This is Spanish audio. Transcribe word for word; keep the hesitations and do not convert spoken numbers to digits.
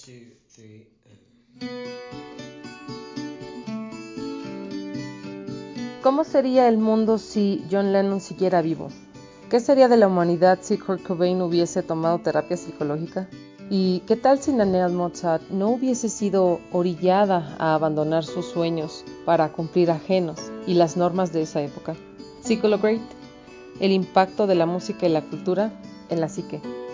two, three, and... ¿Cómo sería el mundo si John Lennon siguiera vivo? ¿Qué sería de la humanidad si Kurt Cobain hubiese tomado terapia psicológica? ¿Y qué tal si Nanette Mozart no hubiese sido orillada a abandonar sus sueños para cumplir ajenos y las normas de esa época? Psycholo Great, el impacto de la música y la cultura en la psique.